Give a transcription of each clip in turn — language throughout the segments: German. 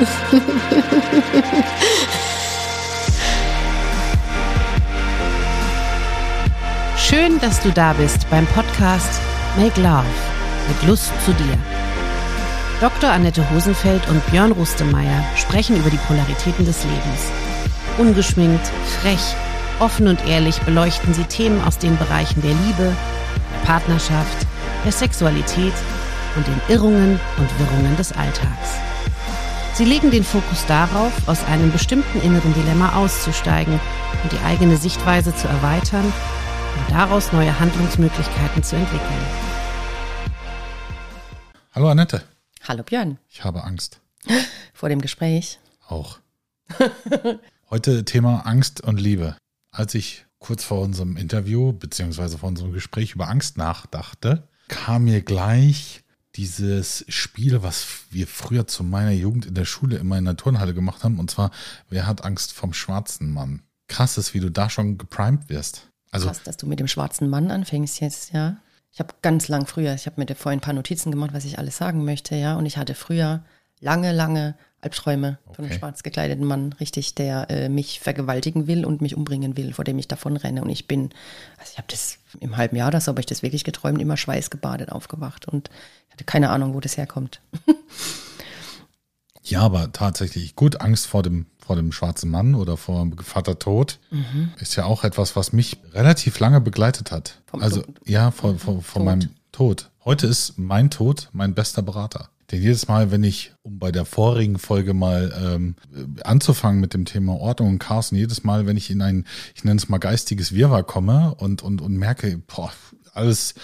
Schön, dass du da bist beim Podcast Make Love mit Lust zu dir. Dr. Annette Hosenfeld und Björn Rustemeyer sprechen über die Polaritäten des Lebens. Ungeschminkt, frech, offen und ehrlich beleuchten sie Themen aus den Bereichen der Liebe, der Partnerschaft, der Sexualität und den Irrungen und Wirrungen des Alltags. Sie legen den Fokus darauf, aus einem bestimmten inneren Dilemma auszusteigen und die eigene Sichtweise zu erweitern und daraus neue Handlungsmöglichkeiten zu entwickeln. Hallo Annette. Hallo Björn. Ich habe Angst. Vor dem Gespräch? Auch. Heute Thema Angst und Liebe. Als ich kurz vor unserem Interview beziehungsweise vor unserem Gespräch über Angst nachdachte, kam mir gleich dieses Spiel, was wir früher zu meiner Jugend in der Schule immer in der Turnhalle gemacht haben, und zwar, wer hat Angst vom schwarzen Mann? Krass ist, wie du da schon geprimed wirst. Also, krass, dass du mit dem schwarzen Mann anfängst jetzt, ja. Ich habe ganz lang früher, ich habe mir vorhin ein paar Notizen gemacht, was ich alles sagen möchte, ja. Und ich hatte früher lange Albträume von einem schwarz gekleideten Mann, richtig, der mich vergewaltigen will und mich umbringen will, vor dem ich davon renne. Und ich habe das im halben Jahr oder so, habe ich das wirklich geträumt, immer schweißgebadet aufgewacht. Und ich hatte keine Ahnung, wo das herkommt. Ja, aber tatsächlich gut, Angst vor dem schwarzen Mann oder vor dem Vater Tod ist ja auch etwas, was mich relativ lange begleitet hat. Von meinem Tod. Heute ist mein Tod mein bester Berater. Denn jedes Mal, wenn ich, um bei der vorigen Folge mal anzufangen mit dem Thema Ordnung und Chaos, und jedes Mal, wenn ich in ein, ich nenne es mal geistiges Wirrwarr komme und merke, alles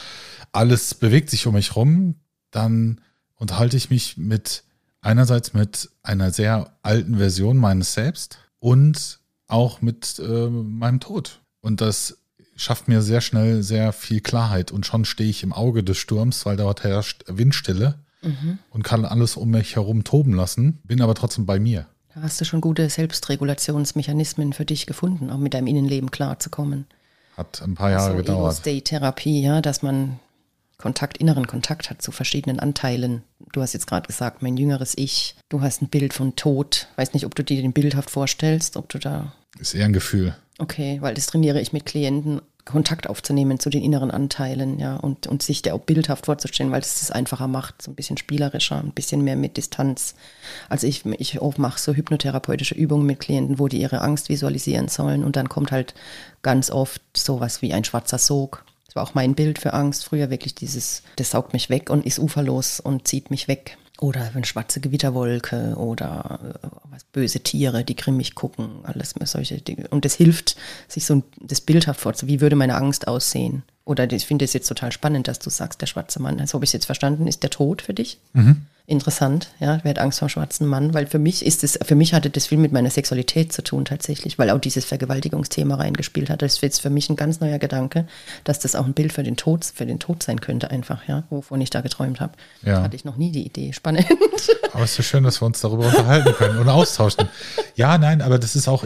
bewegt sich um mich rum, dann unterhalte ich mich einerseits mit einer sehr alten Version meines Selbst und auch mit meinem Tod. Und das schafft mir sehr schnell sehr viel Klarheit. Und schon stehe ich im Auge des Sturms, weil dort herrscht Windstille und kann alles um mich herum toben lassen, bin aber trotzdem bei mir. Da hast du schon gute Selbstregulationsmechanismen für dich gefunden, auch mit deinem Innenleben klarzukommen. Hat ein paar Jahre gedauert. Ego-State-Therapie, ja, dass man inneren Kontakt hat zu verschiedenen Anteilen. Du hast jetzt gerade gesagt, mein jüngeres Ich, du hast ein Bild von Tod. Weiß nicht, ob du dir den bildhaft vorstellst, ob du da... Ist eher ein Gefühl. Okay, weil das trainiere ich mit Klienten, Kontakt aufzunehmen zu den inneren Anteilen, ja, und sich der auch bildhaft vorzustellen, weil es das einfacher macht, so ein bisschen spielerischer, ein bisschen mehr mit Distanz. Also ich mache so hypnotherapeutische Übungen mit Klienten, wo die ihre Angst visualisieren sollen, und dann kommt halt ganz oft sowas wie ein schwarzer Sog. Das war auch mein Bild für Angst früher, wirklich das saugt mich weg und ist uferlos und zieht mich weg. Oder eine schwarze Gewitterwolke oder böse Tiere, die grimmig gucken, alles solche Dinge. Und das hilft, sich so das bildhaft vorzustellen, wie würde meine Angst aussehen. Oder ich finde es jetzt total spannend, dass du sagst, der schwarze Mann, so habe ich es jetzt verstanden, ist der Tod für dich? Interessant, ja, wer hat Angst vor dem schwarzen Mann? Weil für mich hatte das viel mit meiner Sexualität zu tun tatsächlich, weil auch dieses Vergewaltigungsthema reingespielt hat. Das ist jetzt für mich ein ganz neuer Gedanke, dass das auch ein Bild für den Tod sein könnte einfach, ja, wovon ich da geträumt habe. Ja. Da hatte ich noch nie die Idee, spannend. Aber es ist so schön, dass wir uns darüber unterhalten können und austauschen. Ja, nein, aber das ist auch,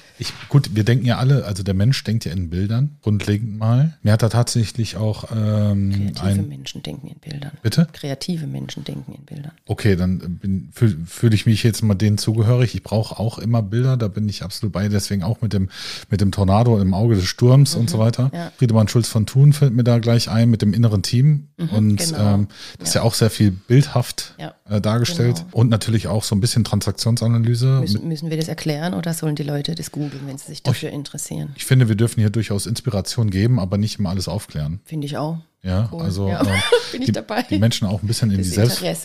gut, wir denken ja alle, also der Mensch denkt ja in Bildern, grundlegend mal. Mir hat da tatsächlich auch kreative Menschen denken in Bildern. Bitte? Kreative Menschen denken in Bildern. Okay, dann fühle ich mich jetzt mal denen zugehörig. Ich brauche auch immer Bilder, da bin ich absolut bei, deswegen auch mit dem Tornado im Auge des Sturms und so weiter. Ja. Friedemann Schulz von Thun fällt mir da gleich ein mit dem inneren Team. Und genau. Das ist ja auch sehr viel bildhaft dargestellt. Genau. Und natürlich auch so ein bisschen Transaktionsanalyse. Müssen wir das erklären oder sollen die Leute das googeln, wenn sie sich dafür interessieren? Ich finde, wir dürfen hier durchaus Inspiration geben, aber nicht immer alles aufklären. Finde ich auch. Ja, cool. Also bin ich dabei. Die Menschen auch ein bisschen in die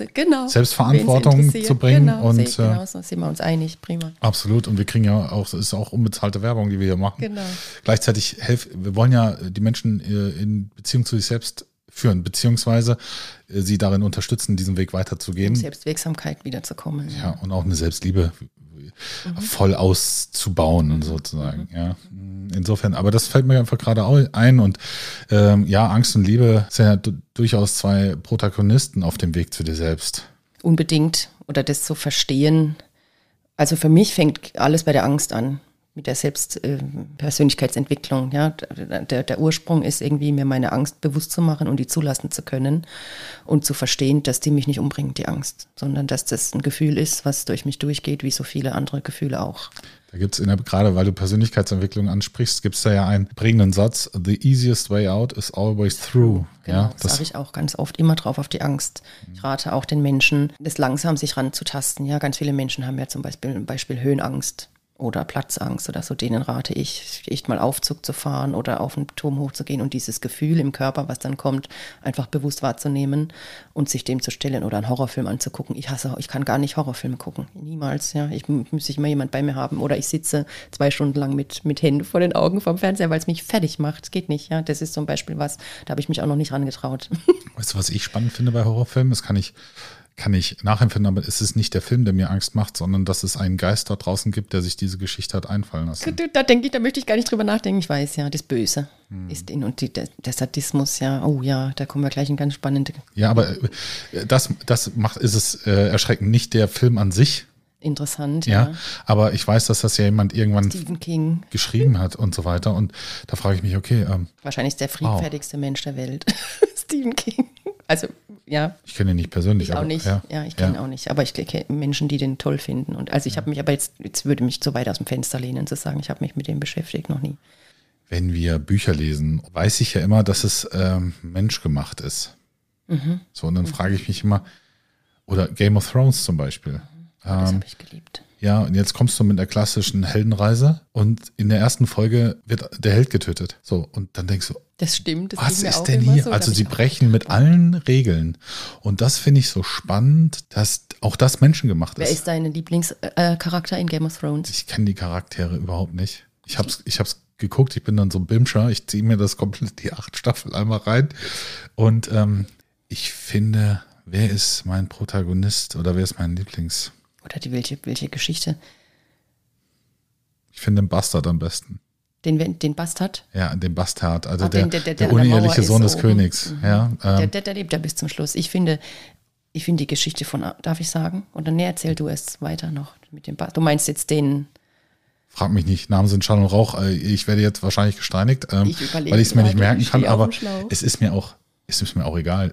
Selbstverantwortung zu bringen. Genau, und genauso sind wir uns einig, prima. Absolut, und wir kriegen ja auch, es ist auch unbezahlte Werbung, die wir hier machen. Genau. Gleichzeitig wir wollen ja die Menschen in Beziehung zu sich selbst führen, beziehungsweise sie darin unterstützen, diesen Weg weiterzugehen. Um Selbstwirksamkeit wiederzukommen. Ja, und auch eine Selbstliebe voll auszubauen und sozusagen, ja. Insofern, aber das fällt mir einfach gerade ein und Angst und Liebe sind ja durchaus zwei Protagonisten auf dem Weg zu dir selbst. Unbedingt, oder das zu verstehen. Also für mich fängt alles bei der Angst an. mit der Persönlichkeitsentwicklung. Ja? Der Ursprung ist irgendwie, mir meine Angst bewusst zu machen und die zulassen zu können und zu verstehen, dass die mich nicht umbringt, die Angst, sondern dass das ein Gefühl ist, was durch mich durchgeht, wie so viele andere Gefühle auch. Da gibt es gerade, weil du Persönlichkeitsentwicklung ansprichst, gibt es da ja einen prägenden Satz: The easiest way out is always through. Genau, ja, das sage ich auch ganz oft, immer drauf auf die Angst. Ich rate auch den Menschen, das langsam sich ranzutasten. Ja, ganz viele Menschen haben ja zum Beispiel Höhenangst oder Platzangst oder so, denen rate ich, echt mal Aufzug zu fahren oder auf einen Turm hochzugehen und dieses Gefühl im Körper, was dann kommt, einfach bewusst wahrzunehmen und sich dem zu stellen oder einen Horrorfilm anzugucken. Ich kann gar nicht Horrorfilme gucken, niemals. Ja, müsste immer jemand bei mir haben oder ich sitze 2 Stunden lang mit Händen vor den Augen vom Fernseher, weil es mich fertig macht. Es geht nicht. Ja, das ist zum Beispiel was, da habe ich mich auch noch nicht rangetraut. Weißt du, was ich spannend finde bei Horrorfilmen? Das kann ich nachempfinden, aber es ist nicht der Film, der mir Angst macht, sondern dass es einen Geist dort draußen gibt, der sich diese Geschichte hat einfallen lassen. Da möchte ich gar nicht drüber nachdenken. Ich weiß ja, das Böse ist in und der Sadismus, ja, oh ja, da kommen wir gleich in ganz spannende. Ja, aber ist es erschreckend, nicht der Film an sich. Interessant, ja. Aber ich weiß, dass das ja jemand irgendwann Stephen King geschrieben hat und so weiter. Und da frage ich mich, okay. Wahrscheinlich ist der friedfertigste Mensch der Welt. Stephen King. Also, ja. Ich kenne ihn nicht persönlich. Ich auch nicht. Ja, ich kenne ihn auch nicht. Aber ich kenne Menschen, die den toll finden. Und also ich habe mich, aber jetzt würde mich zu weit aus dem Fenster lehnen, zu sagen, ich habe mich mit dem beschäftigt, noch nie. Wenn wir Bücher lesen, weiß ich ja immer, dass es menschgemacht ist. So, und dann frage ich mich immer, oder Game of Thrones zum Beispiel. Das habe ich geliebt. Ja, und jetzt kommst du mit der klassischen Heldenreise und in der ersten Folge wird der Held getötet. So, und dann denkst du, das stimmt. Das was ist denn hier? So, also sie brechen mit allen Regeln. Und das finde ich so spannend, dass auch das menschengemacht ist. Wer ist dein Lieblingscharakter in Game of Thrones? Ich kenne die Charaktere überhaupt nicht. Ich hab's geguckt, ich bin dann so ein Bimscher, ich ziehe mir das komplett die 8 Staffel einmal rein. Und ich finde, wer ist mein Protagonist oder wer ist mein Lieblings? Oder welche Geschichte? Ich finde den Bastard am besten. Den Bastard? Ja, den Bastard, also der uneheliche Sohn des Königs. Ja, der lebt ja bis zum Schluss. Ich finde die Geschichte von, darf ich sagen? Oder nee, erzähl du es weiter noch mit dem Bastard. Du meinst jetzt den... Frag mich nicht, Namen sind Schall und Rauch. Ich werde jetzt wahrscheinlich gesteinigt, weil ich es mir nicht merken kann, aber es ist mir auch egal.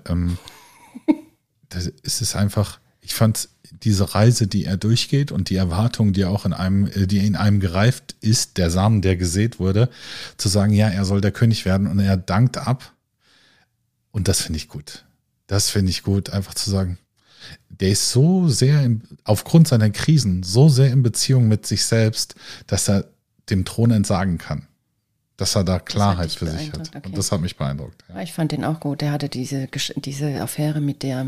Es ist einfach, ich fand diese Reise, die er durchgeht und die Erwartung, die auch in einem gereift ist, der Samen, der gesät wurde, zu sagen, ja, er soll der König werden und er dankt ab. Und das finde ich gut. Das finde ich gut, einfach zu sagen, der ist so sehr, aufgrund seiner Krisen, so sehr in Beziehung mit sich selbst, dass er dem Thron entsagen kann. Dass er da Klarheit für sich hat. Okay. Und das hat mich beeindruckt. Ja. Ich fand den auch gut. Der hatte diese Affäre mit der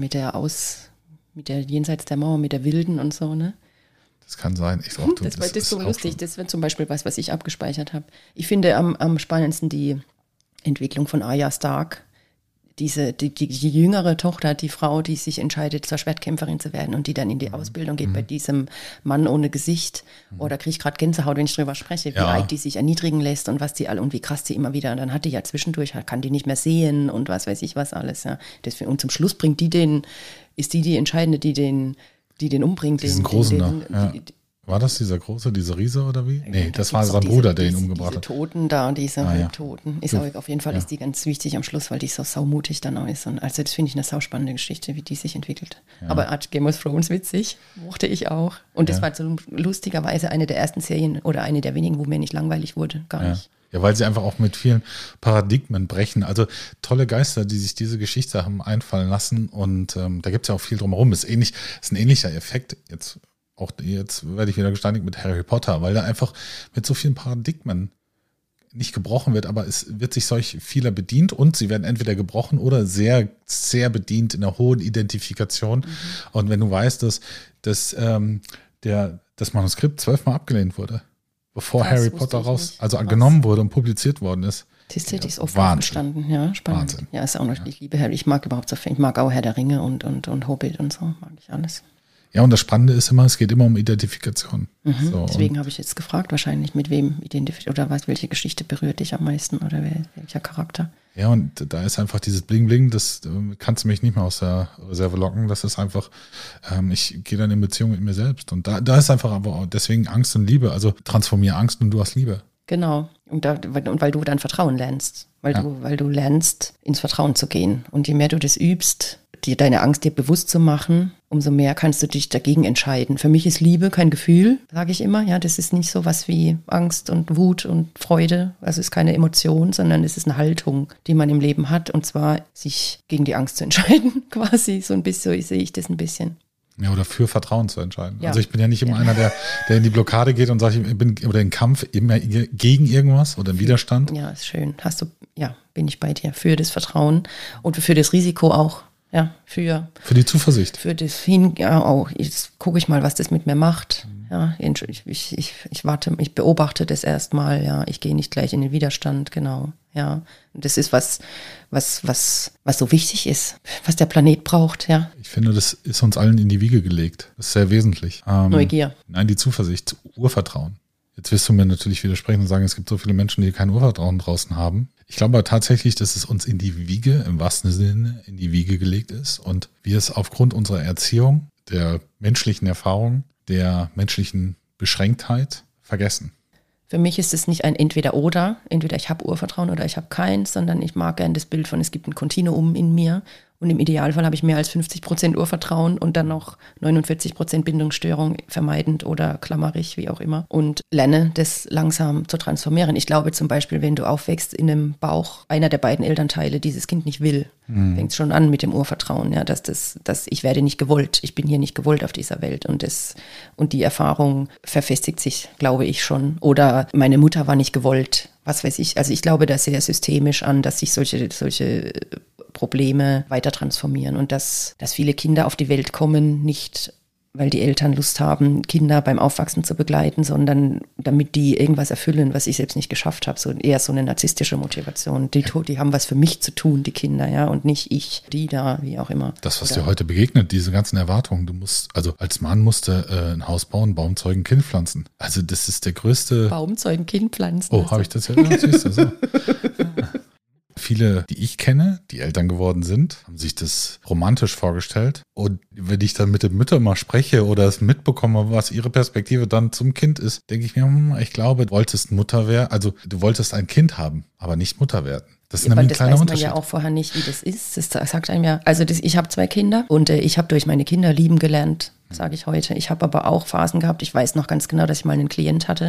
jenseits der Mauer, mit der Wilden und so, ne? Das kann sein. Das ist so lustig. Das wird zum Beispiel was ich abgespeichert habe. Ich finde am spannendsten die Entwicklung von Arya Stark. Die jüngere Tochter, die Frau, die sich entscheidet, zur Schwertkämpferin zu werden und die dann in die Ausbildung geht bei diesem Mann ohne Gesicht. Da kriege ich gerade Gänsehaut, wenn ich drüber spreche, wie arg die sich erniedrigen lässt und was die alle und wie krass die immer wieder. Und dann hat die ja zwischendurch, kann die nicht mehr sehen und was weiß ich was alles. Ja. Und zum Schluss bringt ist die Entscheidende, die den umbringt. Diesen Großen da. War das dieser Große, dieser Riese oder wie? Nee, das war sein Bruder, der ihn umgebracht hat. Diese Toten da, diese Toten. Ist auch, auf jeden Fall ist die ganz wichtig am Schluss, weil die so saumutig dann auch ist. Und also das finde ich eine sauspannende Geschichte, wie die sich entwickelt. Ja. Aber Game of Thrones witzig, mochte ich auch. Und das war so lustigerweise eine der ersten Serien oder eine der wenigen, wo mir nicht langweilig wurde. Gar nicht. Ja, weil sie einfach auch mit vielen Paradigmen brechen. Also tolle Geister, die sich diese Geschichte haben einfallen lassen. Und da gibt es ja auch viel drumherum. Ist ein ähnlicher Effekt jetzt. Auch jetzt werde ich wieder gesteinigt mit Harry Potter, weil da einfach mit so vielen Paradigmen nicht gebrochen wird, aber es wird sich solch vieler bedient und sie werden entweder gebrochen oder sehr, sehr bedient in einer hohen Identifikation. Und wenn du weißt, dass das Manuskript 12-mal abgelehnt wurde, bevor Harry Potter genommen wurde und publiziert worden ist. Die ist oft verstanden, ja, spannend. Wahnsinn. Ja, ist auch noch, ich liebe Harry, ich mag überhaupt so viel, ich mag auch Herr der Ringe und Hobbit und so, mag ich alles. Ja, und das Spannende ist immer, es geht immer um Identifikation. So, deswegen habe ich jetzt gefragt, wahrscheinlich mit wem oder welche Geschichte berührt dich am meisten oder welcher Charakter? Ja, und da ist einfach dieses Bling-Bling, das kannst du mich nicht mehr aus der Reserve locken. Das ist einfach, ich gehe dann in Beziehung mit mir selbst. Und da ist einfach aber auch deswegen Angst und Liebe. Also transformiere Angst und du hast Liebe. Genau. Und weil du dann Vertrauen lernst. Weil du lernst, ins Vertrauen zu gehen. Und je mehr du das übst, deine Angst dir bewusst zu machen, umso mehr kannst du dich dagegen entscheiden. Für mich ist Liebe kein Gefühl, sage ich immer. Ja, das ist nicht so was wie Angst und Wut und Freude. Also es ist keine Emotion, sondern es ist eine Haltung, die man im Leben hat. Und zwar sich gegen die Angst zu entscheiden, quasi. So ein bisschen, so sehe ich das ein bisschen. Ja, oder für Vertrauen zu entscheiden. Ja. Also ich bin ja nicht immer einer, der in die Blockade geht und sagt, ich bin oder in Kampf immer gegen irgendwas oder im Widerstand. Ja, ist schön. Bin ich bei dir. Für das Vertrauen und für das Risiko auch. Ja, für die Zuversicht. Für das auch. Jetzt gucke ich mal, was das mit mir macht. Ja, ich warte, ich beobachte das erstmal. Ja, ich gehe nicht gleich in den Widerstand, genau. Ja, und das ist was so wichtig ist, was der Planet braucht. Ja. Ich finde, das ist uns allen in die Wiege gelegt. Das ist sehr wesentlich. Neugier. Nein, die Zuversicht, Urvertrauen. Jetzt wirst du mir natürlich widersprechen und sagen, es gibt so viele Menschen, die kein Urvertrauen draußen haben. Ich glaube aber tatsächlich, dass es uns in die Wiege, im wahrsten Sinne, in die Wiege gelegt ist und wir es aufgrund unserer Erziehung, der menschlichen Erfahrung, der menschlichen Beschränktheit vergessen. Für mich ist es nicht ein Entweder-Oder, entweder ich habe Urvertrauen oder ich habe keins, sondern ich mag gern das Bild von, es gibt ein Kontinuum in mir. Und im Idealfall habe ich mehr als 50% Urvertrauen und dann noch 49% Bindungsstörung vermeidend oder klammerig, wie auch immer. Und lerne das langsam zu transformieren. Ich glaube zum Beispiel, wenn du aufwächst in einem Bauch, einer der beiden Elternteile dieses Kind nicht will, fängt es schon an mit dem Urvertrauen, ja, dass ich werde nicht gewollt, ich bin hier nicht gewollt auf dieser Welt. Und die Erfahrung verfestigt sich, glaube ich, schon. Oder meine Mutter war nicht gewollt, was weiß ich. Also ich glaube da sehr systemisch an, dass sich solche Probleme weiter transformieren und dass viele Kinder auf die Welt kommen, nicht weil die Eltern Lust haben, Kinder beim Aufwachsen zu begleiten, sondern damit die irgendwas erfüllen, was ich selbst nicht geschafft habe. So eher so eine narzisstische Motivation. Die haben was für mich zu tun, die Kinder, ja, und nicht ich, die da, wie auch immer. Das, was dir heute begegnet, diese ganzen Erwartungen, als Mann musste ein Haus bauen, Baum zeugen, Kind pflanzen. Also das ist der größte... Baum zeugen, Kind pflanzen. Oh, habe ich das ja? Ja, siehst du, so. Viele, die ich kenne, die Eltern geworden sind, haben sich das romantisch vorgestellt. Und wenn ich dann mit den Müttern mal spreche oder es mitbekomme, was ihre Perspektive dann zum Kind ist, denke ich mir, ich glaube, du wolltest Mutter werden, also du wolltest ein Kind haben, aber nicht Mutter werden. Das ist nämlich ein kleiner Unterschied. Das weiß man ja auch vorher nicht, wie das ist. Das sagt einem ja, also ich habe 2 Kinder und ich habe durch meine Kinder lieben gelernt, sage ich heute. Ich habe aber auch Phasen gehabt, ich weiß noch ganz genau, dass ich mal einen Klient hatte,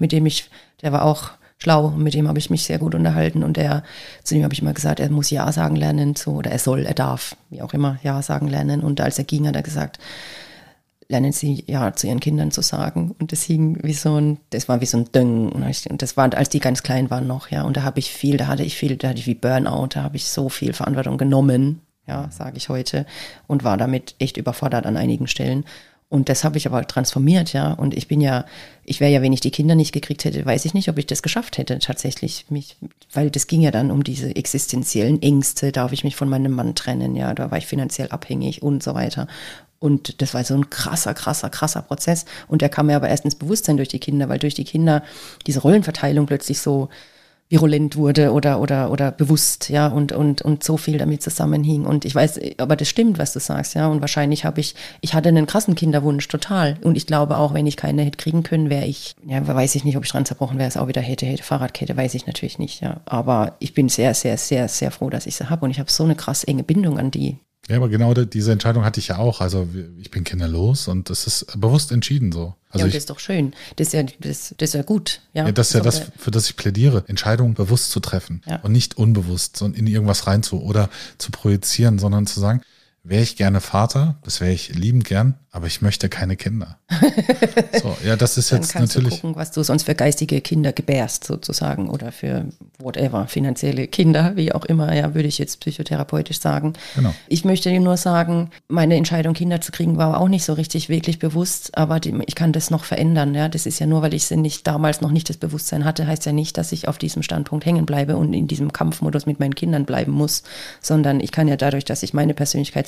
der war auch schlau, mit dem habe ich mich sehr gut unterhalten und zu dem habe ich immer gesagt, er muss Ja sagen lernen, oder er darf, wie auch immer, Ja sagen lernen. Und als er ging, hat er gesagt, lernen Sie Ja zu Ihren Kindern zu sagen. Und das hing das war wie so ein Döng. Und das war, als die ganz klein waren noch, ja. Und da hatte ich wie Burnout, da habe ich so viel Verantwortung genommen, ja, sage ich heute, und war damit echt überfordert an einigen Stellen. Und das habe ich aber transformiert, ja. Und ich wäre ja, wenn ich die Kinder nicht gekriegt hätte, weiß ich nicht, ob ich das geschafft hätte, tatsächlich. Weil das ging ja dann um diese existenziellen Ängste, darf ich mich von meinem Mann trennen, ja, da war ich finanziell abhängig und so weiter. Und das war so ein krasser Prozess. Und der kam mir aber erst ins Bewusstsein durch die Kinder, weil durch die Kinder diese Rollenverteilung plötzlich so virulent wurde oder bewusst, ja, und so viel damit zusammenhing. Und ich weiß, aber das stimmt, was du sagst, ja, und wahrscheinlich ich hatte einen krassen Kinderwunsch, total. Und ich glaube auch, wenn ich keine hätte kriegen können, weiß ich nicht, ob ich dran zerbrochen wäre, es auch wieder hätte, Fahrradkette, weiß ich natürlich nicht, ja. Aber ich bin sehr, sehr, sehr, sehr froh, dass ich sie habe und ich habe so eine krass enge Bindung an die. Ja, aber genau diese Entscheidung hatte ich ja auch. Also ich bin kinderlos und das ist bewusst entschieden so. Also ja, und das ist doch schön. Das ist ja gut. Ja, das ist ja das, für das ich plädiere. Entscheidungen bewusst zu treffen und nicht unbewusst sondern in irgendwas rein zu projizieren, sondern zu sagen, wäre ich gerne Vater, das wäre ich liebend gern, aber ich möchte keine Kinder. So, ja, das ist jetzt natürlich. Dann kannst du gucken, was du sonst für geistige Kinder gebärst sozusagen oder für whatever, finanzielle Kinder, wie auch immer, ja, würde ich jetzt psychotherapeutisch sagen. Genau. Ich möchte dir nur sagen, meine Entscheidung, Kinder zu kriegen, war auch nicht so richtig wirklich bewusst, aber ich kann das noch verändern, ja. Das ist ja nur, weil ich damals noch nicht das Bewusstsein hatte, heißt ja nicht, dass ich auf diesem Standpunkt hängen bleibe und in diesem Kampfmodus mit meinen Kindern bleiben muss, sondern ich kann ja dadurch, dass ich meine Persönlichkeit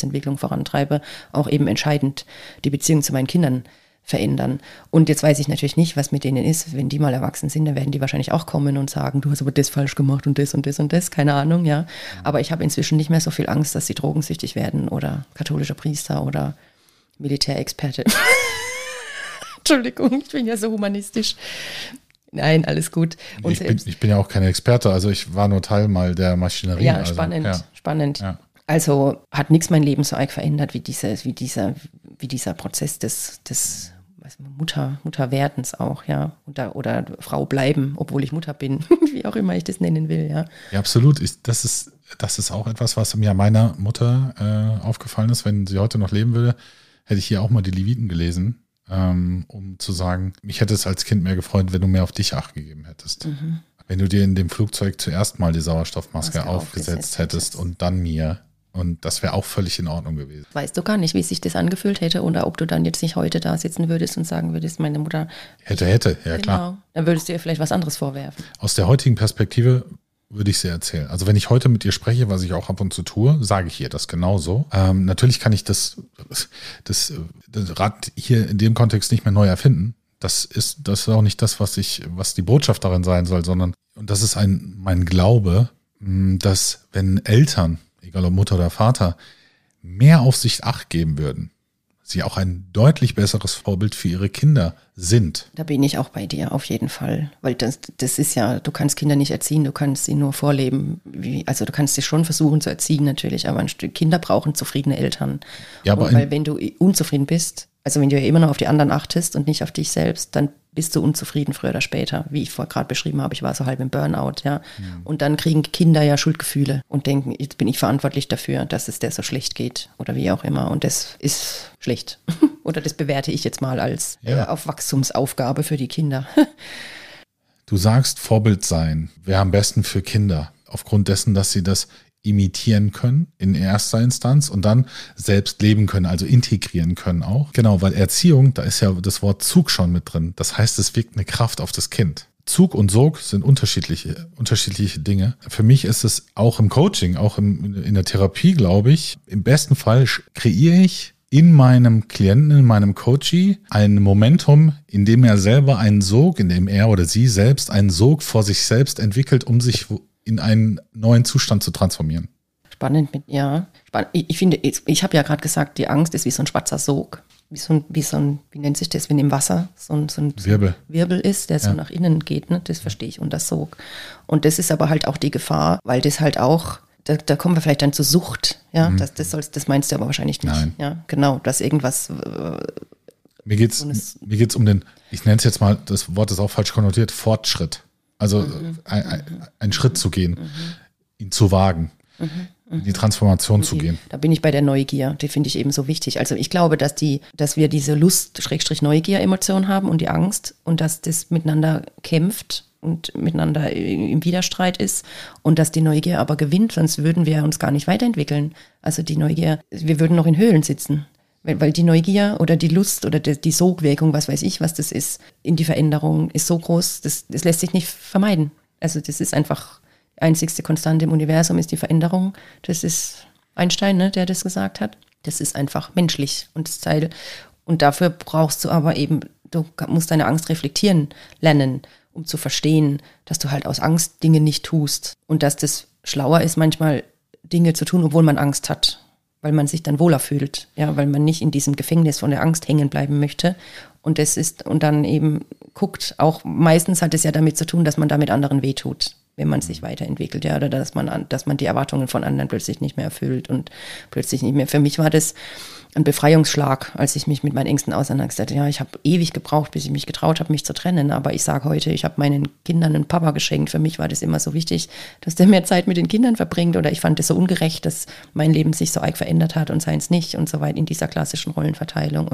Persönlichkeitsentwicklung vorantreibe, auch eben entscheidend die Beziehung zu meinen Kindern verändern. Und jetzt weiß ich natürlich nicht, was mit denen ist. Wenn die mal erwachsen sind, dann werden die wahrscheinlich auch kommen und sagen, du hast aber das falsch gemacht und das und das und das, keine Ahnung, ja. Aber ich habe inzwischen nicht mehr so viel Angst, dass sie drogensüchtig werden oder katholischer Priester oder Militärexperte. Entschuldigung, ich bin ja so humanistisch. Nein, alles gut. Und ich bin ja auch kein Experte, also ich war nur Teil mal der Maschinerie. Ja, spannend. Ja. Also hat nichts mein Leben so arg verändert wie dieser Prozess des Mutterwerdens auch, ja, oder Frau bleiben, obwohl ich Mutter bin, wie auch immer ich das nennen will, ja. Ja, absolut. Das ist auch etwas, was mir meiner Mutter aufgefallen ist. Wenn sie heute noch leben würde, hätte ich hier auch mal die Leviten gelesen, um zu sagen, mich hätte es als Kind mehr gefreut, wenn du mehr auf dich Acht gegeben hättest. Mhm. Wenn du dir in dem Flugzeug zuerst mal die Sauerstoffmaske aufgesetzt hättest und dann mir. Und das wäre auch völlig in Ordnung gewesen. Weißt du gar nicht, wie sich das angefühlt hätte oder ob du dann jetzt nicht heute da sitzen würdest und sagen würdest, meine Mutter. Hätte, ja klar. Genau, dann würdest du ihr vielleicht was anderes vorwerfen. Aus der heutigen Perspektive würde ich sie erzählen. Also wenn ich heute mit ihr spreche, was ich auch ab und zu tue, sage ich ihr das genauso. Natürlich kann ich das Rad hier in dem Kontext nicht mehr neu erfinden. Das ist auch nicht das, was die Botschaft darin sein soll, sondern, und das ist mein Glaube, dass wenn Eltern, egal ob Mutter oder Vater, mehr auf sich Acht geben würden, sie auch ein deutlich besseres Vorbild für ihre Kinder sind. Da bin ich auch bei dir, auf jeden Fall. Weil das ist ja, du kannst Kinder nicht erziehen, du kannst sie nur vorleben. Also du kannst sie schon versuchen zu erziehen natürlich, aber Kinder brauchen zufriedene Eltern. Ja, aber weil wenn du unzufrieden bist, also wenn du ja immer noch auf die anderen achtest und nicht auf dich selbst, dann bist du unzufrieden früher oder später. Wie ich vorher gerade beschrieben habe, ich war so halb im Burnout, ja. Und dann kriegen Kinder ja Schuldgefühle und denken, jetzt bin ich verantwortlich dafür, dass es der so schlecht geht oder wie auch immer. Und das ist schlecht. Oder das bewerte ich jetzt mal als auf Wachstumsaufgabe für die Kinder. Du sagst Vorbild sein, wäre am besten für Kinder. Aufgrund dessen, dass sie das imitieren können in erster Instanz und dann selbst leben können, also integrieren können auch. Genau, weil Erziehung, da ist ja das Wort Zug schon mit drin. Das heißt, es wirkt eine Kraft auf das Kind. Zug und Sog sind unterschiedliche Dinge. Für mich ist es auch im Coaching, auch in der Therapie, glaube ich, im besten Fall kreiere ich in meinem Klienten, in meinem Coachee ein Momentum, in dem er selber einen Sog, in dem er oder sie selbst einen Sog vor sich selbst entwickelt, um sich in einen neuen Zustand zu transformieren. Spannend, Ich finde, ich habe ja gerade gesagt, die Angst ist wie so ein schwarzer Sog. Wie nennt sich das, wenn im Wasser so ein Wirbel ist, der so nach innen geht, ne? Das verstehe ich unter Sog. Und das ist aber halt auch die Gefahr, weil das halt auch, da kommen wir vielleicht dann zur Sucht, ja, das meinst du aber wahrscheinlich nicht. Nein. Ja, genau, dass irgendwas. Mir geht's um den, ich nenne es jetzt mal, das Wort ist auch falsch konnotiert, Fortschritt. Also einen Schritt zu gehen, ihn zu wagen, in die Transformation zu gehen. Da bin ich bei der Neugier, die finde ich eben so wichtig. Also ich glaube, dass wir diese Lust-Neugier-Emotion haben und die Angst und dass das miteinander kämpft und miteinander im Widerstreit ist und dass die Neugier aber gewinnt, sonst würden wir uns gar nicht weiterentwickeln. Also die Neugier, wir würden noch in Höhlen sitzen. Weil die Neugier oder die Lust oder die Sogwirkung, was weiß ich, was das ist, in die Veränderung ist so groß, das lässt sich nicht vermeiden. Also das ist einfach die einzigste Konstante im Universum ist die Veränderung. Das ist Einstein, ne, der das gesagt hat. Das ist einfach menschlich und das Teil. Und dafür brauchst du aber eben, du musst deine Angst reflektieren lernen, um zu verstehen, dass du halt aus Angst Dinge nicht tust und dass das schlauer ist, manchmal Dinge zu tun, obwohl man Angst hat. Weil man sich dann wohler fühlt, ja, weil man nicht in diesem Gefängnis von der Angst hängen bleiben möchte. Und dann eben guckt, auch meistens hat es ja damit zu tun, dass man damit anderen wehtut, wenn man sich weiterentwickelt, ja, oder dass man die Erwartungen von anderen plötzlich nicht mehr erfüllt und plötzlich nicht mehr. Für mich war das ein Befreiungsschlag, als ich mich mit meinen Ängsten auseinandergesetzt habe. Ja, ich habe ewig gebraucht, bis ich mich getraut habe, mich zu trennen. Aber ich sage heute, ich habe meinen Kindern einen Papa geschenkt. Für mich war das immer so wichtig, dass der mehr Zeit mit den Kindern verbringt. Oder ich fand es so ungerecht, dass mein Leben sich so arg verändert hat und seins nicht und so weit in dieser klassischen Rollenverteilung.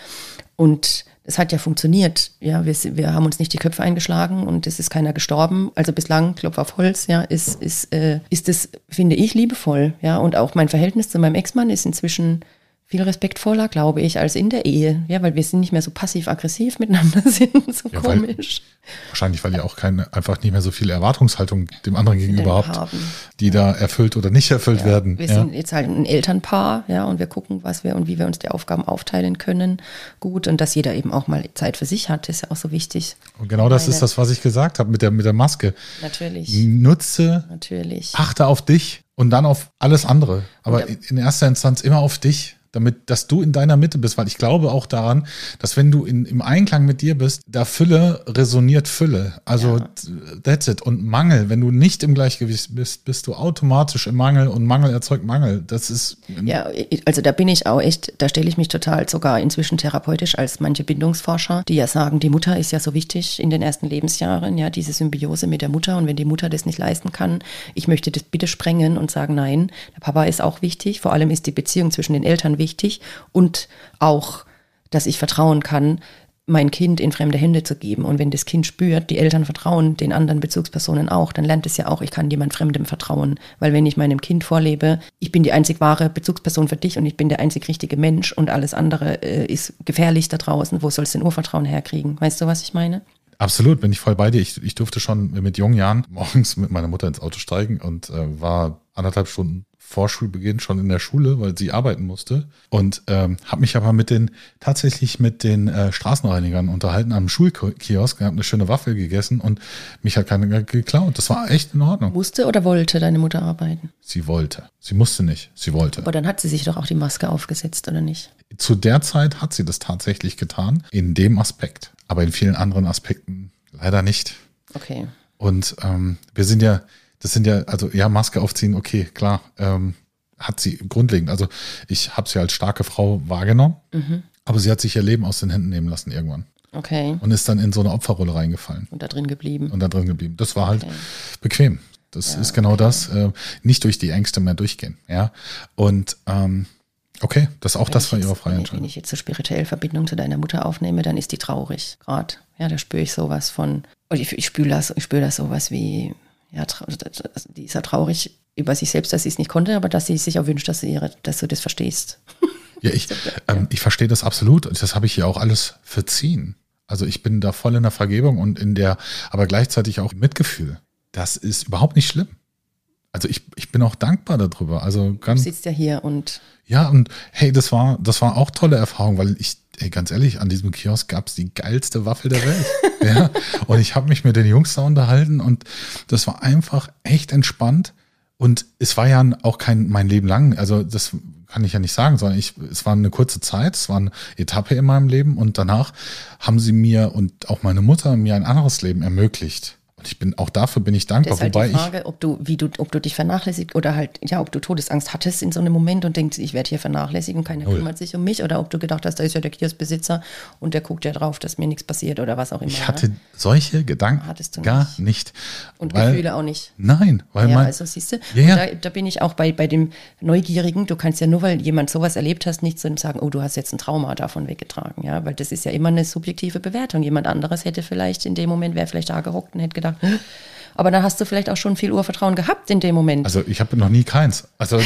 Und es hat ja funktioniert. Ja, wir haben uns nicht die Köpfe eingeschlagen und es ist keiner gestorben. Also bislang, Klopf auf Holz, ja, ist das, finde ich, liebevoll. Ja, und auch mein Verhältnis zu meinem Ex-Mann ist inzwischen viel respektvoller, glaube ich, als in der Ehe. Ja, weil wir sind nicht mehr so passiv-aggressiv miteinander sind, so ja, komisch. Wahrscheinlich, weil ihr auch einfach nicht mehr so viel Erwartungshaltung dem anderen gegenüber habt, die da erfüllt oder nicht erfüllt werden. Wir sind jetzt halt ein Elternpaar, ja, und wir gucken, was wir und wie wir uns die Aufgaben aufteilen können. Gut, und dass jeder eben auch mal Zeit für sich hat, ist ja auch so wichtig. Und genau das ist das, was ich gesagt habe mit der Maske. Natürlich. Nutze, achte auf dich und dann auf alles andere. Aber in erster Instanz immer auf dich. Dass du in deiner Mitte bist, weil ich glaube auch daran, dass wenn du im Einklang mit dir bist, da Fülle resoniert Fülle. Also that's it. Und Mangel, wenn du nicht im Gleichgewicht bist, bist du automatisch im Mangel und Mangel erzeugt Mangel. Das ist... Ja, also da bin ich auch echt, da stelle ich mich total sogar inzwischen therapeutisch als manche Bindungsforscher, die ja sagen, die Mutter ist ja so wichtig in den ersten Lebensjahren, ja, diese Symbiose mit der Mutter und wenn die Mutter das nicht leisten kann, ich möchte das bitte sprengen und sagen, nein, der Papa ist auch wichtig, vor allem ist die Beziehung zwischen den Eltern wichtig und auch, dass ich vertrauen kann, mein Kind in fremde Hände zu geben. Und wenn das Kind spürt, die Eltern vertrauen den anderen Bezugspersonen auch, dann lernt es ja auch, ich kann jemand Fremdem vertrauen. Weil wenn ich meinem Kind vorlebe, ich bin die einzig wahre Bezugsperson für dich und ich bin der einzig richtige Mensch und alles andere ist gefährlich da draußen, wo soll es denn Urvertrauen herkriegen? Weißt du, was ich meine? Absolut, bin ich voll bei dir. Ich durfte schon mit jungen Jahren morgens mit meiner Mutter ins Auto steigen und war 1,5 Stunden vor Schulbeginn schon in der Schule, weil sie arbeiten musste und habe mich aber tatsächlich mit den Straßenreinigern unterhalten am Schulkiosk, habe eine schöne Waffel gegessen und mich hat keiner geklaut. Das war echt in Ordnung. Musste oder wollte deine Mutter arbeiten? Sie wollte. Sie musste nicht. Sie wollte. Aber dann hat sie sich doch auch die Maske aufgesetzt, oder nicht? Zu der Zeit hat sie das tatsächlich getan, in dem Aspekt. Aber in vielen anderen Aspekten leider nicht. Okay. Und Maske aufziehen, okay, klar, hat sie grundlegend. Also ich habe sie als starke Frau wahrgenommen, aber sie hat sich ihr Leben aus den Händen nehmen lassen irgendwann. Okay. Und ist dann in so eine Opferrolle reingefallen. Und da drin geblieben. Das war halt bequem. Das ist genau das. Nicht durch die Ängste mehr durchgehen. Ja. Und okay, das ist auch das war ihre freie Entscheidung. Wenn ich jetzt so spirituell Verbindung zu deiner Mutter aufnehme, dann ist die traurig gerade. Ja, da spüre ich sowas von, ich spüre das sowas wie, ja, die ist ja traurig über sich selbst, dass sie es nicht konnte, aber dass sie sich auch wünscht, dass du das verstehst. Ja, ich verstehe das absolut und das habe ich ihr auch alles verziehen. Also ich bin da voll in der Vergebung und aber gleichzeitig auch Mitgefühl. Das ist überhaupt nicht schlimm. Also ich bin auch dankbar darüber. Also du sitzt ja hier und... Ja, und hey, das war auch tolle Erfahrung, weil ganz ehrlich, an diesem Kiosk gab es die geilste Waffel der Welt. Ja, und ich habe mich mit den Jungs da unterhalten und das war einfach echt entspannt. Und es war ja auch mein Leben lang, also das kann ich ja nicht sagen, sondern es war eine kurze Zeit, es war eine Etappe in meinem Leben und danach haben sie mir und auch meine Mutter mir ein anderes Leben ermöglicht. Und dafür bin ich dankbar. Das ist halt die Frage, ob du dich vernachlässigt oder halt, ja, ob du Todesangst hattest in so einem Moment und denkst, ich werde hier vernachlässigt und keiner kümmert sich um mich oder ob du gedacht hast, da ist ja der Kioskbesitzer und der guckt ja drauf, dass mir nichts passiert oder was auch immer. Ich hatte solche Gedanken gar nicht. Und Gefühle auch nicht. Nein. Also siehst du, da bin ich auch bei dem Neugierigen, du kannst ja nur, weil jemand sowas erlebt hast, nicht zu sagen, oh, du hast jetzt ein Trauma davon weggetragen, ja, weil das ist ja immer eine subjektive Bewertung. Jemand anderes hätte vielleicht in dem Moment, wäre vielleicht da gehockt und hätte gedacht, aber dann hast du vielleicht auch schon viel Urvertrauen gehabt in dem Moment. Also ich habe noch nie keins. Also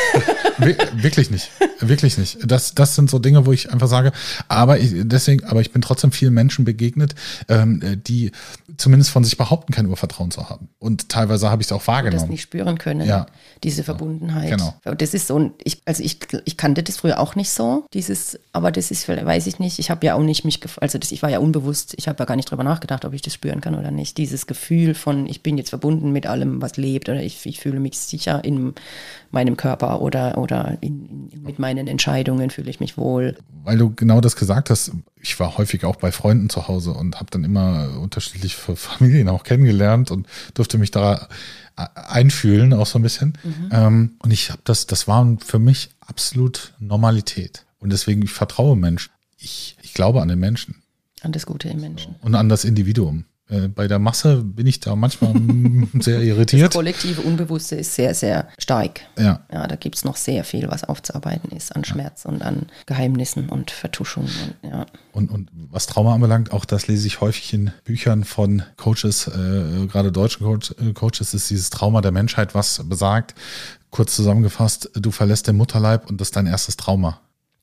wirklich nicht. Wirklich nicht. Das sind so Dinge, wo ich einfach sage, aber ich bin trotzdem vielen Menschen begegnet, die zumindest von sich behaupten, kein Urvertrauen zu haben. Und teilweise habe ich es auch wahrgenommen. Und das nicht spüren können, diese Verbundenheit. Genau. Das ist so, ich kannte das früher auch nicht so, aber das ist, weiß ich nicht, ich habe ja auch nicht ich war ja unbewusst, ich habe ja gar nicht drüber nachgedacht, ob ich das spüren kann oder nicht. Dieses Gefühl von, ich bin jetzt verbunden mit allem, was lebt oder ich fühle mich sicher in meinem Körper oder mit meinen Entscheidungen fühle ich mich wohl. Weil du genau das gesagt hast, ich war häufig auch bei Freunden zu Hause und habe dann immer unterschiedliche Familien auch kennengelernt und durfte mich da einfühlen, auch so ein bisschen. Und das war für mich absolut Normalität. Und deswegen, ich vertraue Menschen. Ich glaube an den Menschen. An das Gute im Menschen. Und an das Individuum. Bei der Masse bin ich da manchmal sehr irritiert. Das kollektive Unbewusste ist sehr, sehr stark. Ja, da gibt es noch sehr viel, was aufzuarbeiten ist an Schmerz und an Geheimnissen und Vertuschungen. Und was Trauma anbelangt, auch das lese ich häufig in Büchern von Coaches, gerade deutschen Coaches, ist dieses Trauma der Menschheit, was besagt, kurz zusammengefasst, du verlässt den Mutterleib und das ist dein erstes Trauma.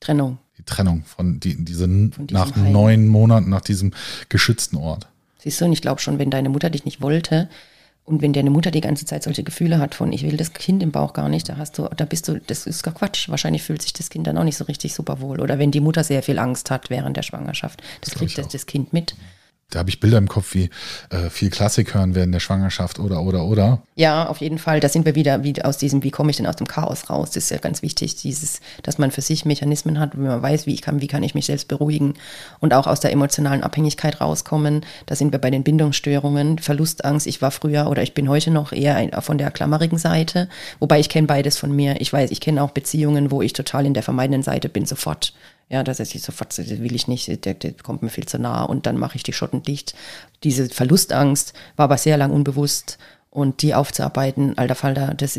Trennung. Die Trennung von diesem nach Heim. 9 Monaten, nach diesem geschützten Ort. Siehst du, und ich glaube schon, wenn deine Mutter dich nicht wollte und wenn deine Mutter die ganze Zeit solche Gefühle hat von, ich will das Kind im Bauch gar nicht, das ist gar Quatsch. Wahrscheinlich fühlt sich das Kind dann auch nicht so richtig super wohl. Oder wenn die Mutter sehr viel Angst hat während der Schwangerschaft, das kriegt das Kind mit. Da habe ich Bilder im Kopf, wie viel Klassik hören während der Schwangerschaft oder. Ja, auf jeden Fall. Da sind wir wieder aus diesem, wie komme ich denn aus dem Chaos raus? Das ist ja ganz wichtig, dass man für sich Mechanismen hat, wie man weiß, wie kann ich mich selbst beruhigen und auch aus der emotionalen Abhängigkeit rauskommen. Da sind wir bei den Bindungsstörungen, Verlustangst. Ich bin heute noch eher von der klammerigen Seite, wobei ich kenne beides von mir. Ich weiß, ich kenne auch Beziehungen, wo ich total in der vermeidenden Seite bin, sofort. Ja, das will ich nicht, der kommt mir viel zu nah und dann mache ich die Schotten dicht. Diese Verlustangst war aber sehr lang unbewusst und die aufzuarbeiten, alter Falter, ist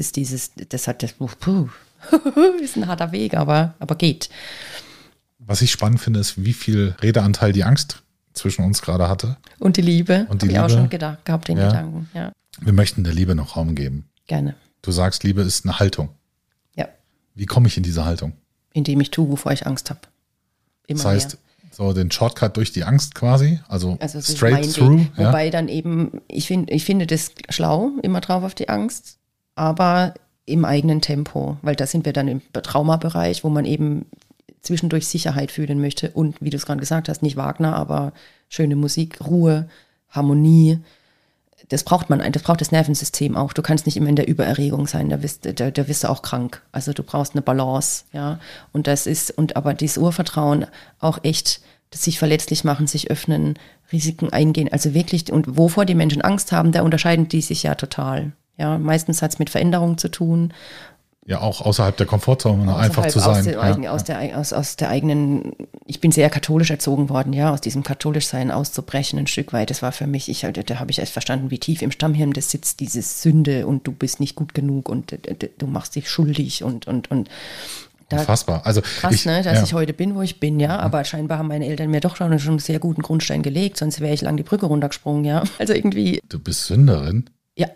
ein harter Weg, aber geht. Was ich spannend finde, ist, wie viel Redeanteil die Angst zwischen uns gerade hatte. Und die Liebe, habe ich auch schon gehabt, den Gedanken. Ja. Wir möchten der Liebe noch Raum geben. Gerne. Du sagst, Liebe ist eine Haltung. Ja. Wie komme ich in diese Haltung? Indem ich tue, wovor ich Angst habe. Immer das heißt, so den Shortcut durch die Angst quasi, also straight through. Weg. Ja? Wobei dann eben, ich finde das schlau, immer drauf auf die Angst, aber im eigenen Tempo, weil da sind wir dann im Traumabereich, wo man eben zwischendurch Sicherheit fühlen möchte und, wie du es gerade gesagt hast, nicht Wagner, aber schöne Musik, Ruhe, Harmonie. Das braucht das Nervensystem auch. Du kannst nicht immer in der Übererregung sein, da wirst du auch krank. Also du brauchst eine Balance, ja. Aber dieses Urvertrauen auch echt, das sich verletzlich machen, sich öffnen, Risiken eingehen, also wirklich, und wovor die Menschen Angst haben, da unterscheiden die sich ja total. Ja, meistens hat es mit Veränderung zu tun. Ja, auch außerhalb der Komfortzone einfach zu sein. Aus der eigenen, ich bin sehr katholisch erzogen worden, ja, aus diesem Katholischsein auszubrechen ein Stück weit. Das war für mich, da habe ich erst verstanden, wie tief im Stammhirn das sitzt, diese Sünde und du bist nicht gut genug und du machst dich schuldig und unfassbar. Also krass, dass ich heute bin, wo ich bin, ja. Aber scheinbar haben meine Eltern mir doch schon einen sehr guten Grundstein gelegt, sonst wäre ich lang die Brücke runtergesprungen, ja. Also irgendwie. Du bist Sünderin? Ja.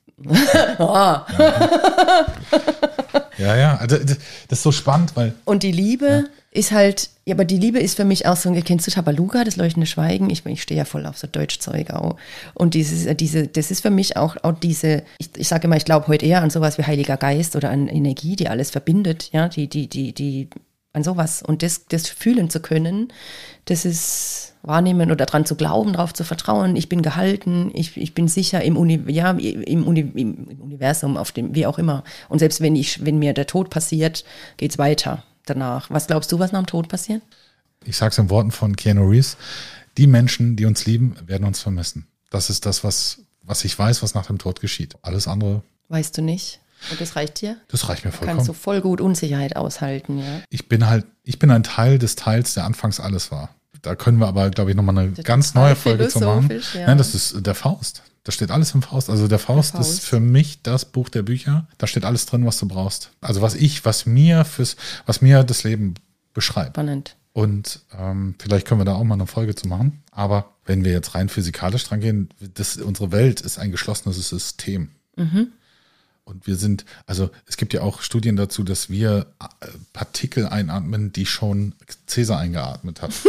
Ja, also das ist so spannend, weil. Und die Liebe ist halt, ja, aber die Liebe ist für mich auch so, kennst du Tabaluga, das leuchtende Schweigen? Ich stehe ja voll auf so Deutschzeug auch. Und das ist für mich auch diese, ich sage immer, ich glaube heute eher an sowas wie Heiliger Geist oder an Energie, die alles verbindet, ja, die an sowas. Und das fühlen zu können, das ist wahrnehmen oder dran zu glauben, darauf zu vertrauen. Ich bin gehalten, ich bin sicher im Universum, auf dem, wie auch immer. Und selbst wenn mir der Tod passiert, geht's weiter danach. Was glaubst du, was nach dem Tod passiert? Ich sage es in Worten von Keanu Reeves: Die Menschen, die uns lieben, werden uns vermissen. Das ist das, was ich weiß, was nach dem Tod geschieht. Alles andere weißt du nicht. Und das reicht dir? Das reicht mir vollkommen. Kannst du voll gut Unsicherheit aushalten, ja? Ich bin ein Teil des Teils, der anfangs alles war. Da können wir aber, glaube ich, nochmal eine ganz neue Folge zu machen. Ja. Nein, das ist der Faust. Da steht alles im Faust. Also der Faust ist für mich das Buch der Bücher. Da steht alles drin, was du brauchst. Also was mir das Leben beschreibt. Spannend. Und vielleicht können wir da auch mal eine Folge zu machen. Aber wenn wir jetzt rein physikalisch dran gehen, unsere Welt ist ein geschlossenes System. Mhm. Und es gibt ja auch Studien dazu, dass wir Partikel einatmen, die schon Cäsar eingeatmet hat.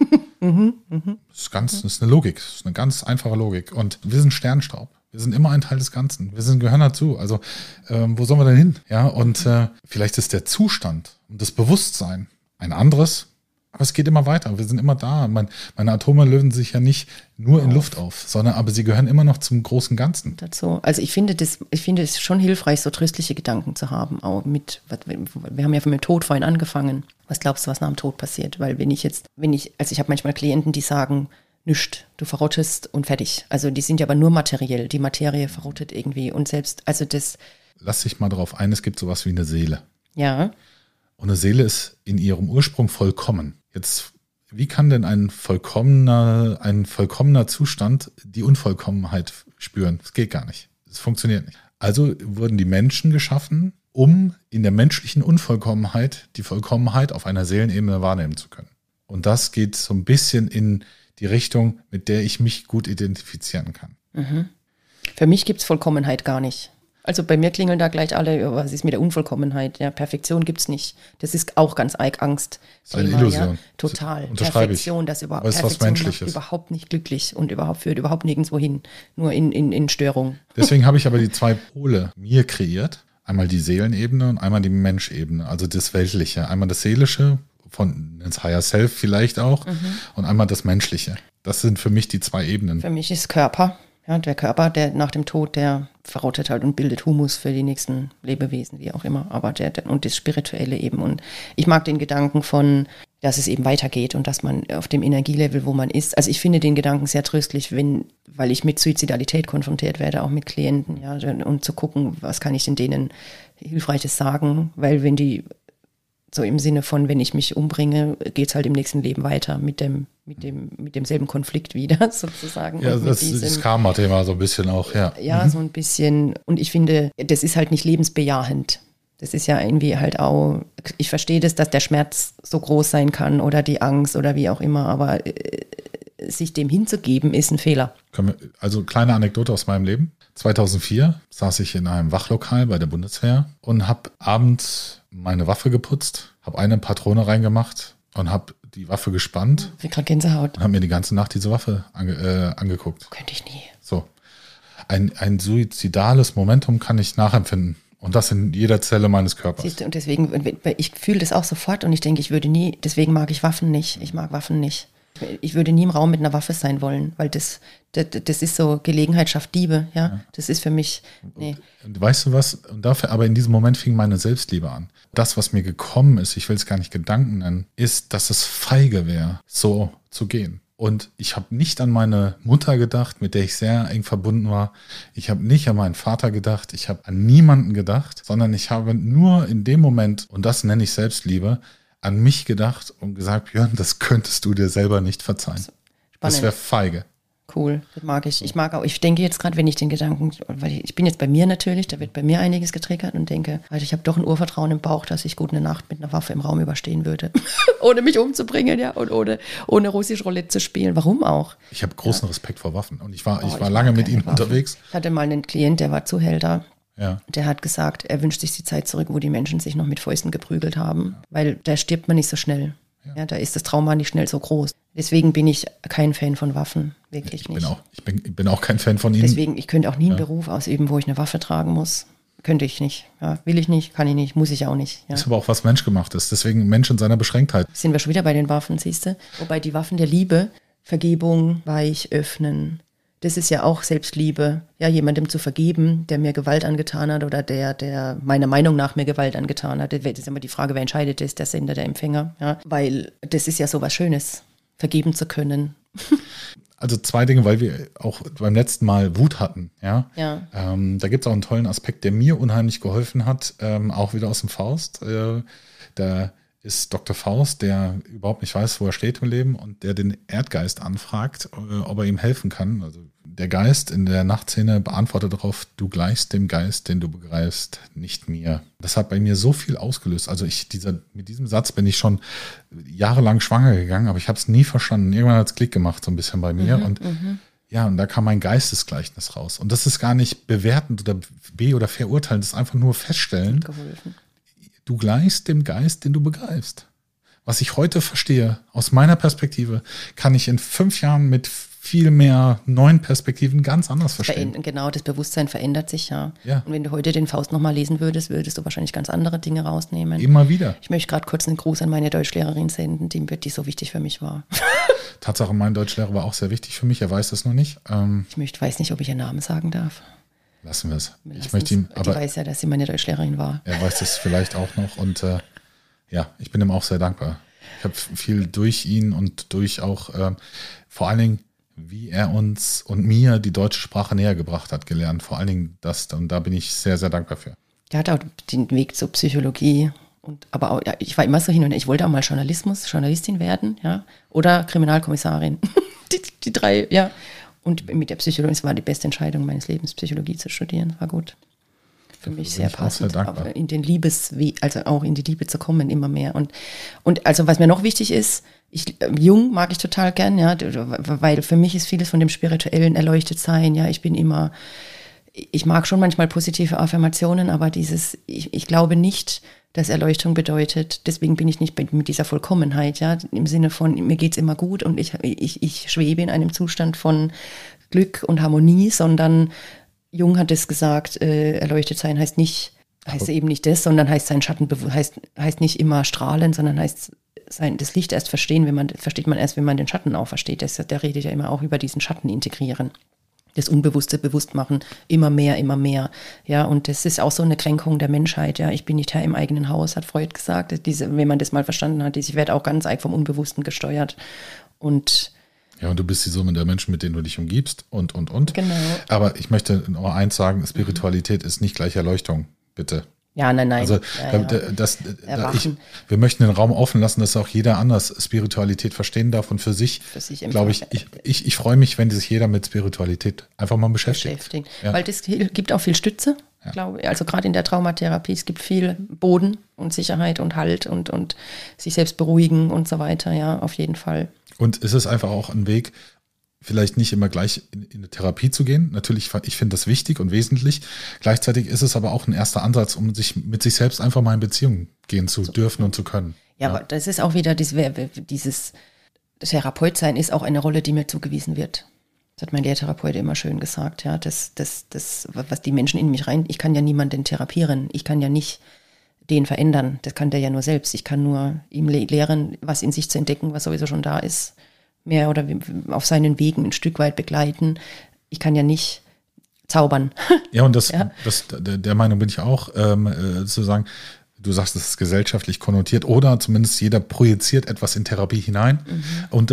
Das ist eine Logik, das ist eine ganz einfache Logik. Und wir sind Sternstaub. Wir sind immer ein Teil des Ganzen. Wir gehören dazu. Also wo sollen wir denn hin? Ja, und vielleicht ist der Zustand und das Bewusstsein ein anderes. Aber es geht immer weiter. Wir sind immer da. Meine Atome lösen sich ja nicht nur in Luft auf, aber sie gehören immer noch zum großen Ganzen. Dazu. Also ich finde es schon hilfreich, so tröstliche Gedanken zu haben. Auch wir haben ja mit dem Tod vorhin angefangen. Was glaubst du, was nach dem Tod passiert? Weil ich habe manchmal Klienten, die sagen, nüscht, du verrottest und fertig. Also die sind ja aber nur materiell. Die Materie verrottet irgendwie. Und selbst, also das. Lass dich mal drauf ein, es gibt sowas wie eine Seele. Ja. Und eine Seele ist in ihrem Ursprung vollkommen. Jetzt, wie kann denn ein vollkommener Zustand die Unvollkommenheit spüren? Das geht gar nicht. Das funktioniert nicht. Also wurden die Menschen geschaffen, um in der menschlichen Unvollkommenheit die Vollkommenheit auf einer Seelenebene wahrnehmen zu können. Und das geht so ein bisschen in die Richtung, mit der ich mich gut identifizieren kann. Mhm. Für mich gibt es Vollkommenheit gar nicht. Also bei mir klingeln da gleich alle, was ist mit der Unvollkommenheit? Ja, Perfektion gibt es nicht. Das ist auch ganz arg Angst. Das ist eine Illusion. Ja, total. Perfektion, das aber ist was Menschliches. Macht überhaupt nicht glücklich und führt überhaupt nirgendwo hin. Nur in Störung. Deswegen habe ich aber die 2 Pole mir kreiert. Einmal die Seelenebene und einmal die Menschebene, also das Weltliche. Einmal das Seelische, von ins Higher Self vielleicht auch, und einmal das Menschliche. Das sind für mich die 2 Ebenen. Für mich ist Körper. Ja, der Körper, der nach dem Tod, der verrottet halt und bildet Humus für die nächsten Lebewesen, wie auch immer. Aber und das Spirituelle eben. Und ich mag den Gedanken von, dass es eben weitergeht und dass man auf dem Energielevel, wo man ist. Also ich finde den Gedanken sehr tröstlich, weil ich mit Suizidalität konfrontiert werde, auch mit Klienten, ja, und zu gucken, was kann ich denn denen Hilfreiches sagen, weil wenn die so im Sinne von, wenn ich mich umbringe, geht es halt im nächsten Leben weiter mit demselben Konflikt wieder, sozusagen. Ja, das ist das Karma-Thema so ein bisschen auch, ja. Ja, so ein bisschen. Und ich finde, das ist halt nicht lebensbejahend. Das ist ja irgendwie halt auch, ich verstehe das, dass der Schmerz so groß sein kann oder die Angst oder wie auch immer, aber sich dem hinzugeben, ist ein Fehler. Also kleine Anekdote aus meinem Leben. 2004 saß ich in einem Wachlokal bei der Bundeswehr und habe abends meine Waffe geputzt, habe eine Patrone reingemacht und habe die Waffe gespannt. Ich krieg gerade Gänsehaut. Und habe mir die ganze Nacht diese Waffe angeguckt. Könnte ich nie. So. Ein suizidales Momentum kann ich nachempfinden. Und das in jeder Zelle meines Körpers. Siehst du, und deswegen, ich fühle das auch sofort und ich denke, deswegen mag ich Waffen nicht. Ich mag Waffen nicht. Ich würde nie im Raum mit einer Waffe sein wollen, weil das ist so, Gelegenheit schafft Diebe, ja. Das ist für mich, nee. Und weißt du was? Aber in diesem Moment fing meine Selbstliebe an. Das, was mir gekommen ist, ich will es gar nicht Gedanken nennen, ist, dass es feige wäre, so zu gehen. Und ich habe nicht an meine Mutter gedacht, mit der ich sehr eng verbunden war. Ich habe nicht an meinen Vater gedacht. Ich habe an niemanden gedacht, sondern ich habe nur in dem Moment, und das nenne ich Selbstliebe, an mich gedacht und gesagt, Björn, das könntest du dir selber nicht verzeihen. Spannend. Das wäre feige. Cool, das mag ich. Ich denke jetzt gerade, wenn ich den Gedanken, weil ich bin jetzt bei mir natürlich, da wird bei mir einiges getriggert und denke, also ich habe doch ein Urvertrauen im Bauch, dass ich gut eine Nacht mit einer Waffe im Raum überstehen würde. Ohne mich umzubringen, ja, und ohne russisch Roulette zu spielen. Warum auch? Ich habe großen Respekt vor Waffen und ich war lange mit ihm unterwegs. Ich hatte mal einen Klient, der war Zuhälter. Ja. Der hat gesagt, er wünscht sich die Zeit zurück, wo die Menschen sich noch mit Fäusten geprügelt haben, weil da stirbt man nicht so schnell. Ja, da ist das Trauma nicht schnell so groß. Deswegen bin ich kein Fan von Waffen, wirklich nicht. Ich bin auch kein Fan von ihnen. Deswegen, ich könnte auch nie einen Beruf ausüben, wo ich eine Waffe tragen muss. Könnte ich nicht. Ja, will ich nicht, kann ich nicht, muss ich auch nicht. Ja. Ist aber auch was Menschgemachtes. Deswegen Mensch in seiner Beschränktheit. Sind wir schon wieder bei den Waffen, siehst du? Wobei die Waffen der Liebe, Vergebung, weich öffnen, das ist ja auch Selbstliebe, ja, jemandem zu vergeben, der mir Gewalt angetan hat oder der meiner Meinung nach mir Gewalt angetan hat. Das ist immer die Frage, wer entscheidet das, der Sender, der Empfänger. Ja? Weil das ist ja so was Schönes, vergeben zu können. Also 2 Dinge, weil wir auch beim letzten Mal Wut hatten. Ja. Da gibt es auch einen tollen Aspekt, der mir unheimlich geholfen hat, auch wieder aus dem Faust. Da ist Dr. Faust, der überhaupt nicht weiß, wo er steht im Leben und der den Erdgeist anfragt, ob er ihm helfen kann. Also der Geist in der Nachtszene beantwortet darauf, du gleichst dem Geist, den du begreifst, nicht mir. Das hat bei mir so viel ausgelöst. Also mit diesem Satz bin ich schon jahrelang schwanger gegangen, aber ich habe es nie verstanden. Irgendwann hat es Klick gemacht so ein bisschen bei mir und da kam mein Geistesgleichnis raus. Und das ist gar nicht bewertend oder oder verurteilen, das ist einfach nur feststellen. Du gleichst dem Geist, den du begreifst. Was ich heute verstehe, aus meiner Perspektive, kann ich in 5 Jahren mit viel mehr neuen Perspektiven ganz anders verstehen. Genau, das Bewusstsein verändert sich, ja. Und wenn du heute den Faust nochmal lesen würdest du wahrscheinlich ganz andere Dinge rausnehmen. Immer wieder. Ich möchte gerade kurz einen Gruß an meine Deutschlehrerin senden, die so wichtig für mich war. Tatsache, mein Deutschlehrer war auch sehr wichtig für mich, er weiß das noch nicht. Ich weiß nicht, ob ich ihren Namen sagen darf. Lassen wir es. Die weiß ja, dass sie meine Deutschlehrerin war. Er weiß das vielleicht auch noch und ich bin ihm auch sehr dankbar. Ich habe viel durch ihn und durch auch vor allen Dingen, wie er uns und mir die deutsche Sprache näher gebracht hat, gelernt. Vor allen Dingen das, und da bin ich sehr, sehr dankbar für. Der hat auch den Weg zur Psychologie, aber auch, ich war immer so hin und her. Ich wollte auch mal Journalistin werden, ja, oder Kriminalkommissarin. die 3, ja. Und mit der Psychologie, es war die beste Entscheidung meines Lebens, Psychologie zu studieren, war gut. Für mich sehr passend, auch in den auch in die Liebe zu kommen, immer mehr. Und also was mir noch wichtig ist, Jung mag ich total gern, ja, weil für mich ist vieles von dem spirituellen Erleuchtetsein, ja, ich bin immer ich mag schon manchmal positive Affirmationen, aber ich glaube nicht, dass Erleuchtung bedeutet, deswegen bin ich nicht mit dieser Vollkommenheit, ja, im Sinne von, mir geht's immer gut und ich schwebe in einem Zustand von Glück und Harmonie, sondern Jung hat es gesagt, erleuchtet sein heißt eben nicht das, sondern heißt sein Schatten, heißt nicht immer strahlen, sondern heißt das Licht erst versteht man erst, wenn man den Schatten auch versteht. Der redet ja immer auch über diesen Schatten integrieren. Das Unbewusste bewusst machen, immer mehr. Ja, und das ist auch so eine Kränkung der Menschheit. Ja, ich bin nicht Herr im eigenen Haus, hat Freud gesagt. Wenn man das mal verstanden hat, ich werde auch ganz arg vom Unbewussten gesteuert. Und du bist die Summe der Menschen, mit denen du dich umgibst und. Genau. Aber ich möchte nur eins sagen, Spiritualität ist nicht gleich Erleuchtung, bitte. Ja, nein. Also wir möchten den Raum offen lassen, dass auch jeder anders Spiritualität verstehen darf und für sich glaube ich freue mich, wenn sich jeder mit Spiritualität einfach mal beschäftigt. Ja. Weil das gibt auch viel Stütze, glaube ich. Also gerade in der Traumatherapie, es gibt viel Boden und Sicherheit und Halt und sich selbst beruhigen und so weiter, ja, auf jeden Fall. Und es ist einfach auch ein Weg, vielleicht nicht immer gleich in eine Therapie zu gehen. Natürlich, ich finde das wichtig und wesentlich. Gleichzeitig ist es aber auch ein erster Ansatz, um sich mit sich selbst einfach mal in Beziehung gehen zu dürfen und zu können. Ja, aber das ist auch wieder dieses Therapeutsein ist auch eine Rolle, die mir zugewiesen wird. Das hat mein Lehrtherapeut immer schön gesagt. Ja, das, was die Menschen in mich rein, ich kann ja niemanden therapieren. Ich kann ja nicht den verändern. Das kann der ja nur selbst. Ich kann nur ihm lehren, was in sich zu entdecken, was sowieso schon da ist. Mehr oder auf seinen Wegen ein Stück weit begleiten. Ich kann ja nicht zaubern. Ja, und der Meinung bin ich auch, zu sagen, du sagst, es ist gesellschaftlich konnotiert oder zumindest jeder projiziert etwas in Therapie hinein. Mhm. Und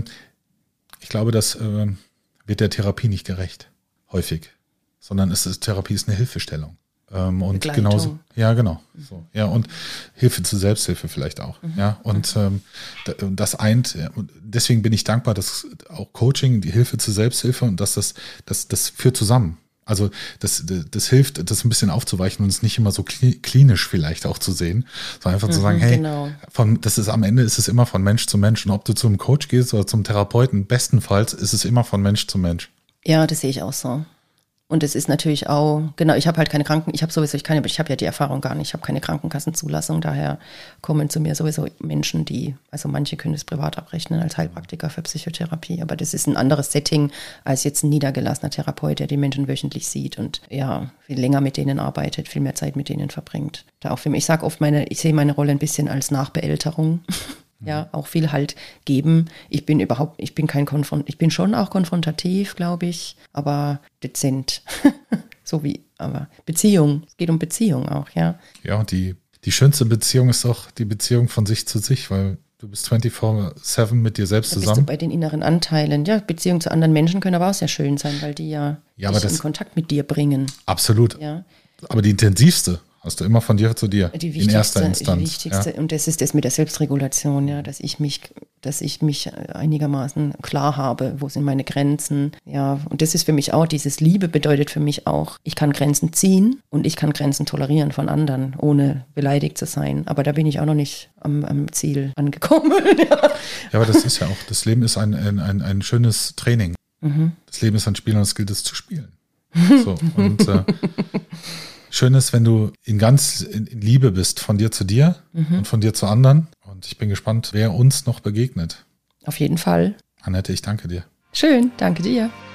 ich glaube, das wird der Therapie nicht gerecht, häufig. Sondern Therapie ist eine Hilfestellung. Und genauso, ja, genau. So, ja, und Hilfe zur Selbsthilfe vielleicht auch. Ja, und das eint, und deswegen bin ich dankbar, dass auch Coaching, die Hilfe zur Selbsthilfe und das führt zusammen. Also das hilft, das ein bisschen aufzuweichen und es nicht immer so klinisch vielleicht auch zu sehen, sondern einfach zu sagen, hey, genau. Am Ende ist es immer von Mensch zu Mensch. Und ob du zum Coach gehst oder zum Therapeuten, bestenfalls ist es immer von Mensch zu Mensch. Ja, das sehe ich auch so. Und es ist natürlich auch, genau, ich habe halt keine ich habe ja die Erfahrung gar nicht, ich habe keine Krankenkassenzulassung, daher kommen zu mir sowieso Menschen, also manche können es privat abrechnen als Heilpraktiker für Psychotherapie, aber das ist ein anderes Setting als jetzt ein niedergelassener Therapeut, der die Menschen wöchentlich sieht und ja, viel länger mit denen arbeitet, viel mehr Zeit mit denen verbringt. Da auch für mich, ich sage oft, ich sehe meine Rolle ein bisschen als Nachbeälterung. Ja, auch viel Halt geben. Ich bin schon auch konfrontativ, glaube ich, aber dezent. Aber Beziehung, es geht um Beziehung auch, ja. Ja, und die schönste Beziehung ist auch die Beziehung von sich zu sich, weil du bist 24/7 mit dir selbst zusammen. Bist du bei den inneren Anteilen. Ja, Beziehungen zu anderen Menschen können aber auch sehr schön sein, weil die dich in Kontakt mit dir bringen. Absolut. Ja. Aber die intensivste hast du immer von dir zu dir in erster Instanz. Die wichtigste, und das ist das mit der Selbstregulation, ja, dass ich mich einigermaßen klar habe, wo sind meine Grenzen, ja, und das ist für mich auch, dieses Liebe bedeutet für mich auch, ich kann Grenzen ziehen und ich kann Grenzen tolerieren von anderen, ohne beleidigt zu sein, aber da bin ich auch noch nicht am Ziel angekommen. Ja, aber das ist ja auch, das Leben ist ein schönes Training. Mhm. Das Leben ist ein Spiel und es gilt es zu spielen. So, und schön ist, wenn du in Liebe bist, von dir zu dir und von dir zu anderen. Und ich bin gespannt, wer uns noch begegnet. Auf jeden Fall. Annette, ich danke dir. Schön, danke dir.